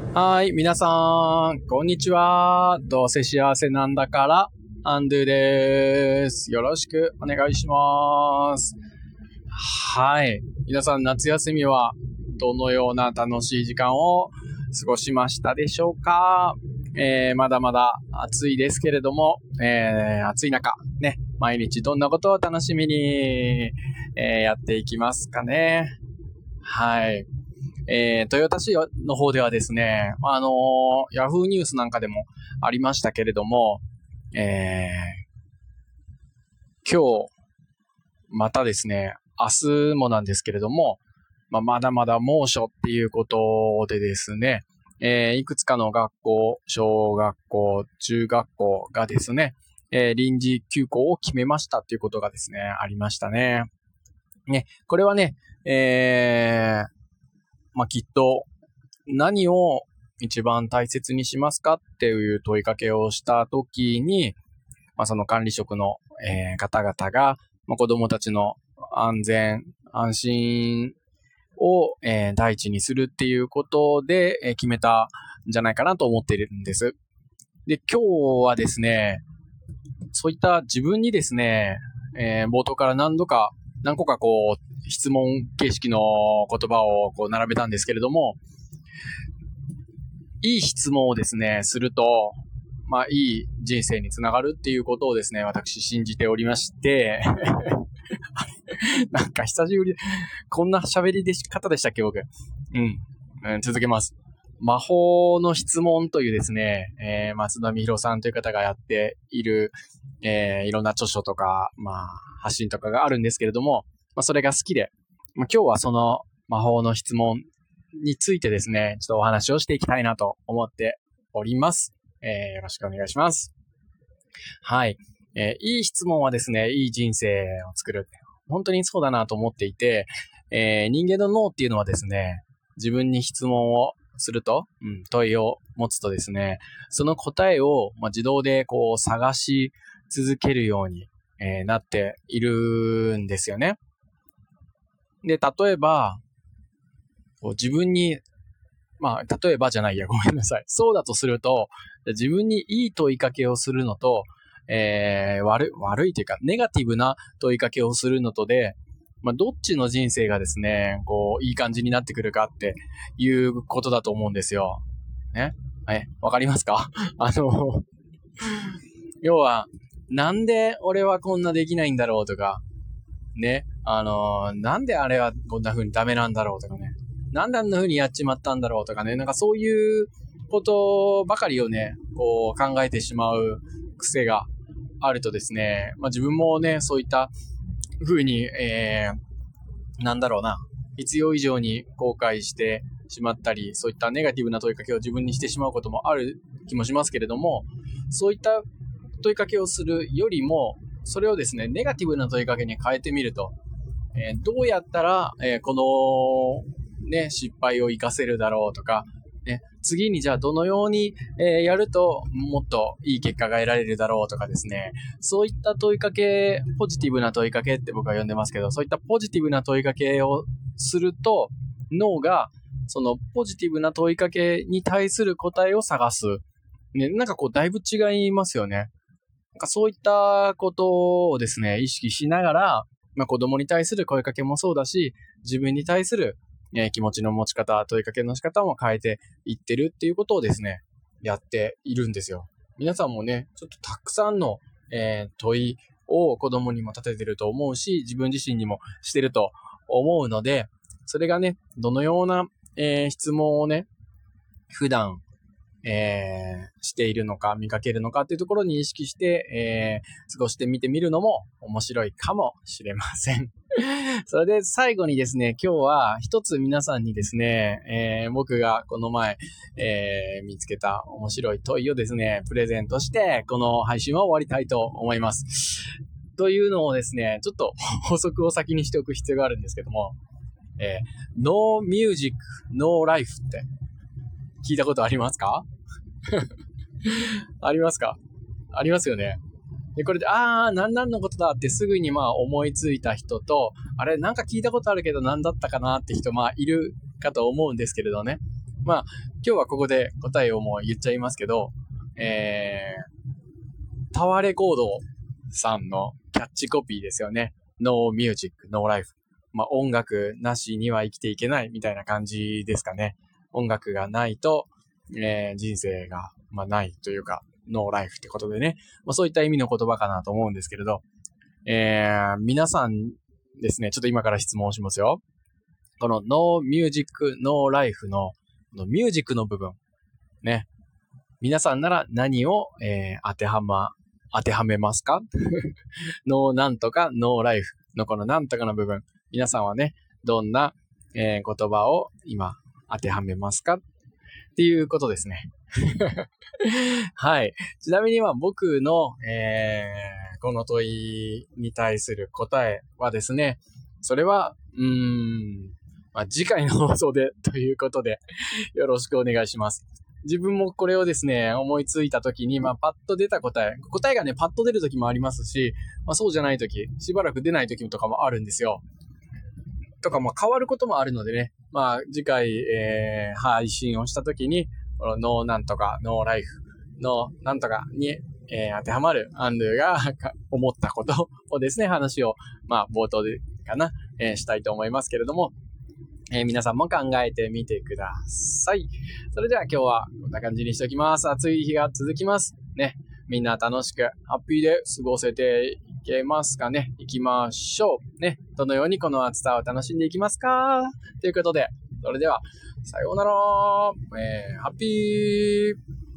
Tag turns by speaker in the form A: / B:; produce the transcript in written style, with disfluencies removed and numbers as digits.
A: はい、皆さん、こんにちは。どうせ幸せなんだから、アンドゥです。よろしくお願いします。はい、皆さん夏休みはどのような楽しい時間を過ごしましたでしょうか？まだまだ暑いですけれども、暑い中、ね、毎日どんなことを楽しみに、やっていきますかね。はい。豊田市の方ではですね、ヤフーニュースなんかでもありましたけれども、今日、またですね、明日もなんですけれども、まだまだ猛暑っていうことでですね、いくつかの学校、小学校、中学校がですね、臨時休校を決めましたっていうことがですね、ありましたね。ね、これはね、きっと何を一番大切にしますかっていう問いかけをしたときに、その管理職の、方々が、子供たちの安全、安心を、第一にするっていうことで、決めたんじゃないかなと思っているんです。で、今日はですね、そういった自分にですね、冒頭から何個か質問形式の言葉を並べたんですけれども、いい質問をですね、すると、いい人生につながるっていうことをですね、私信じておりまして、なんか久しぶり、こんな喋り方でしたっけ、僕。続けます。魔法の質問というですね、松田美弘さんという方がやっている、いろんな著書とか、発信とかがあるんですけれども、それが好きで、今日はその魔法の質問についてですね、ちょっとお話をしていきたいなと思っております。よろしくお願いします。はい。いい質問はですね、いい人生を作る。本当にそうだなと思っていて、人間の脳っていうのはですね、自分に質問をすると、問いを持つとですね、その答えを、自動で探し続けるように、なっているんですよね。で、例えば、自分に、例えばじゃないや、ごめんなさい。そうだとすると、自分にいい問いかけをするのと、悪いというか、ネガティブな問いかけをするのとで、どっちの人生がですね、いい感じになってくるかっていうことだと思うんですよ。ね。わかりますか？要は、なんで俺はこんなできないんだろうとか、ね。なんであれはこんな風にダメなんだろうとかね。なんであんな風にやっちまったんだろうとかね。なんかそういうことばかりをね、考えてしまう癖があるとですね、自分もね、そういった風に、必要以上に後悔してしまったり、そういったネガティブな問いかけを自分にしてしまうこともある気もしますけれども、そういった問いかけをするよりも、それをですね、ネガティブな問いかけに変えてみると、どうやったら、この、ね、失敗を活かせるだろうとか、ね、次にじゃあどのように、やるともっといい結果が得られるだろうとかですね、そういった問いかけ、ポジティブな問いかけって僕は呼んでますけど、そういったポジティブな問いかけをすると、脳がそのポジティブな問いかけに対する答えを探す。ね、だいぶ違いますよね。そういったことをですね、意識しながら、子供に対する声かけもそうだし、自分に対する、気持ちの持ち方、問いかけの仕方も変えていってるっていうことをですね、やっているんですよ。皆さんもね、ちょっとたくさんの、問いを子供にも立ててると思うし、自分自身にもしてると思うので、それがね、どのような、質問をね、普段しているのか見かけるのかっていうところに意識して、過ごしてみてみるのも面白いかもしれません。それで最後にですね、今日は一つ皆さんにですね、僕がこの前、見つけた面白い問いをですね、プレゼントして、この配信は終わりたいと思います。というのをですね、ちょっと補足を先にしておく必要があるんですけども、No Music, No Life って聞いたことありますか？ありますか？ありますよね。で、これで、何のことだってすぐに思いついた人と、あれ、なんか聞いたことあるけど何だったかなって人、いるかと思うんですけれどね。 まあ、今日はここで答えをもう言っちゃいますけど、タワレコードさんのキャッチコピーですよね。No music, no life。まあ、音楽なしには生きていけないみたいな感じですかね。音楽がないと、人生が、ないというか、No life ってことでね。そういった意味の言葉かなと思うんですけれど、皆さんですね、ちょっと今から質問しますよ。この No music, no life のミュージックの部分。ね。皆さんなら何を、当てはめますかノーなんとかノーライフのこのなんとかの部分。皆さんはね、どんな、言葉を今当てはめますかっていうことですね。はい。ちなみに僕の、この問いに対する答えはですね、それは、次回の放送でということでよろしくお願いします。自分もこれをですね、思いついたときに、パッと出た答えがね、パッと出るときもありますし、そうじゃないとき、しばらく出ないときとかもあるんですよ。とか、変わることもあるのでね、次回、配信をしたときに、このノーなんとか、ノーライフ、ノーなんとかに、当てはまるアンドゥが思ったことをですね、話を、冒頭でかな、したいと思いますけれども、皆さんも考えてみてください。それでは今日はこんな感じにしておきます。暑い日が続きます。ね。みんな楽しくハッピーで過ごせていけますかね。行きましょう。ね。どのようにこの暑さを楽しんでいきますかということで、それでは、さようなら。ハッピー